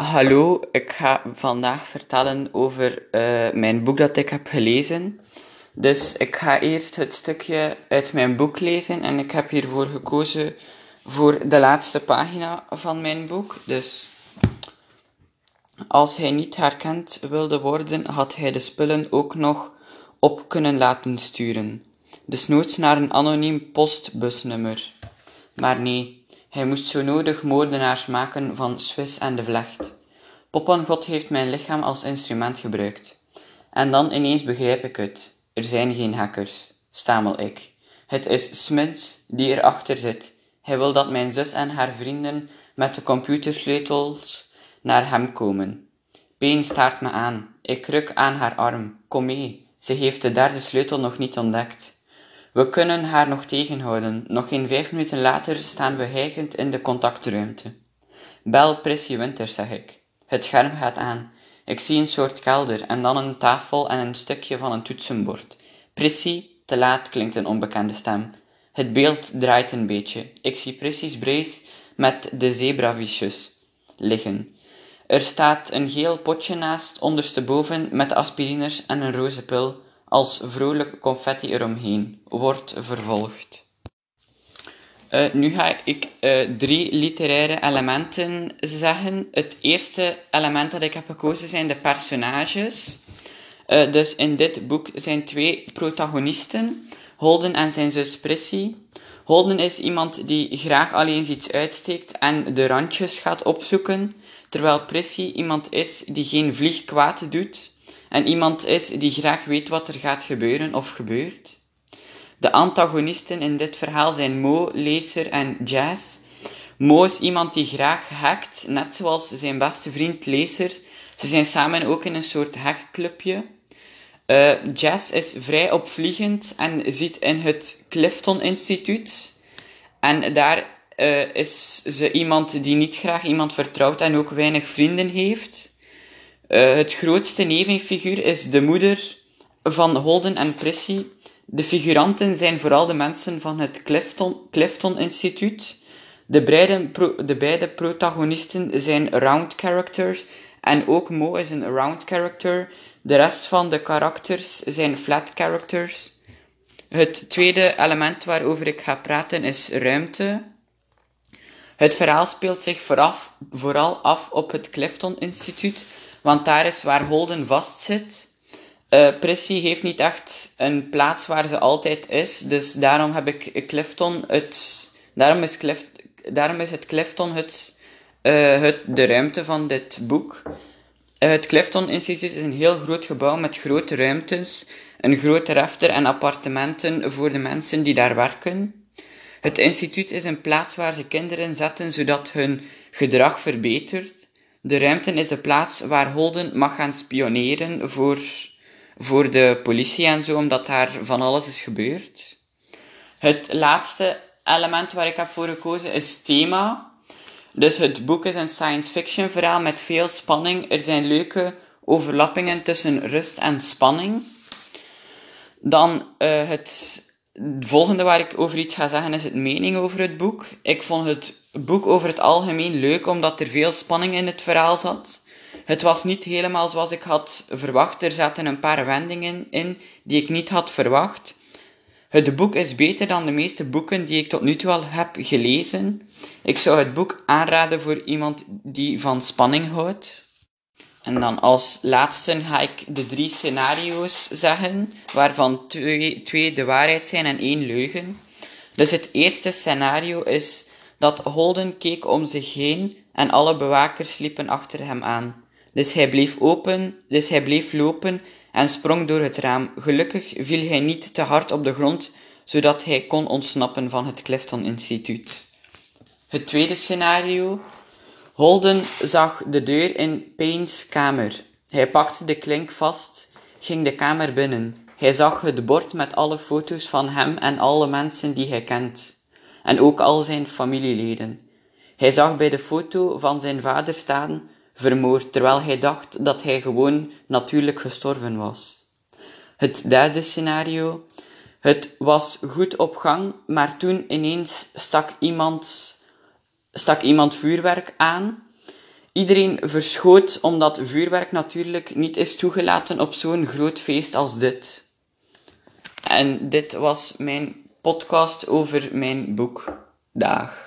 Hallo, ik ga vandaag vertellen over mijn boek dat ik heb gelezen. Dus ik ga eerst het stukje uit mijn boek lezen en ik heb hiervoor gekozen voor de laatste pagina van mijn boek. Dus als hij niet herkend wilde worden, had hij de spullen ook nog op kunnen laten sturen. Desnoods naar een anoniem postbusnummer. Maar nee, hij moest zo nodig moordenaars maken van Swiss en de Vlecht. Poppengod heeft mijn lichaam als instrument gebruikt. En dan ineens begrijp ik het. Er zijn geen hackers, stamel ik. Het is Smits die erachter zit. Hij wil dat mijn zus en haar vrienden met de computersleutels naar hem komen. Payne staart me aan. Ik ruk aan haar arm. Kom mee, ze heeft de derde sleutel nog niet ontdekt. We kunnen haar nog tegenhouden. Nog geen 5 minuten later staan we hijgend in de contactruimte. Bel Prissy Winters, zeg ik. Het scherm gaat aan. Ik zie een soort kelder en dan een tafel en een stukje van een toetsenbord. Prissy, te laat, klinkt een onbekende stem. Het beeld draait een beetje. Ik zie Prissy's brace met de zebravisjes liggen. Er staat een geel potje naast, ondersteboven, met aspirines en een roze pil, als vrolijk confetti eromheen. Wordt vervolgd. Nu ga ik 3 literaire elementen zeggen. Het eerste element dat ik heb gekozen zijn de personages. Dus in dit boek zijn 2 protagonisten, Holden en zijn zus Prissy. Holden is iemand die graag alleen iets uitsteekt en de randjes gaat opzoeken, terwijl Prissy iemand is die geen vlieg kwaad doet en iemand is die graag weet wat er gaat gebeuren of gebeurt. De antagonisten in dit verhaal zijn Mo, Lezer en Jazz. Mo is iemand die graag hackt, net zoals zijn beste vriend Lezer. Ze zijn samen ook in een soort hackclubje. Jazz is vrij opvliegend en zit in het Clifton Instituut. En daar is ze iemand die niet graag iemand vertrouwt en ook weinig vrienden heeft. Het grootste nevenfiguur is de moeder van Holden en Prissy. De figuranten zijn vooral de mensen van het Clifton Instituut. De beide protagonisten zijn round characters en ook Mo is een round character. De rest van de karakters zijn flat characters. Het tweede element waarover ik ga praten is ruimte. Het verhaal speelt zich vooral af op het Clifton Instituut, want daar is waar Holden vastzit. Prissy heeft niet echt een plaats waar ze altijd is, dus daarom heb ik daarom is het Clifton de ruimte van dit boek. Het Clifton Instituut is een heel groot gebouw met grote ruimtes, een grote refter en appartementen voor de mensen die daar werken. Het instituut is een plaats waar ze kinderen zetten zodat hun gedrag verbetert. De ruimte is de plaats waar Holden mag gaan spioneren voor de politie en zo, omdat daar van alles is gebeurd. Het laatste element waar ik heb voor gekozen is thema. Dus het boek is een science fiction verhaal met veel spanning. Er zijn leuke overlappingen tussen rust en spanning. Dan het volgende waar ik over iets ga zeggen is het mening over het boek. Ik vond het boek over het algemeen leuk, omdat er veel spanning in het verhaal zat. Het was niet helemaal zoals ik had verwacht. Er zaten een paar wendingen in die ik niet had verwacht. Het boek is beter dan de meeste boeken die ik tot nu toe al heb gelezen. Ik zou het boek aanraden voor iemand die van spanning houdt. En dan als laatste ga ik de 3 scenario's zeggen, waarvan 2 de waarheid zijn en 1 leugen. Dus het eerste scenario is dat Holden keek om zich heen en alle bewakers liepen achter hem aan. Dus hij bleef lopen en sprong door het raam. Gelukkig viel hij niet te hard op de grond, zodat hij kon ontsnappen van het Clifton Instituut. Het tweede scenario. Holden zag de deur in Payne's kamer. Hij pakte de klink vast, ging de kamer binnen. Hij zag het bord met alle foto's van hem en alle mensen die hij kent. En ook al zijn familieleden. Hij zag bij de foto van zijn vader staan, vermoord, terwijl hij dacht dat hij gewoon natuurlijk gestorven was. Het derde scenario. Het was goed op gang, maar toen ineens stak iemand vuurwerk aan. iedereen verschoot, omdat vuurwerk natuurlijk niet is toegelaten op zo'n groot feest als dit. En dit was mijn podcast over mijn boek. Dag.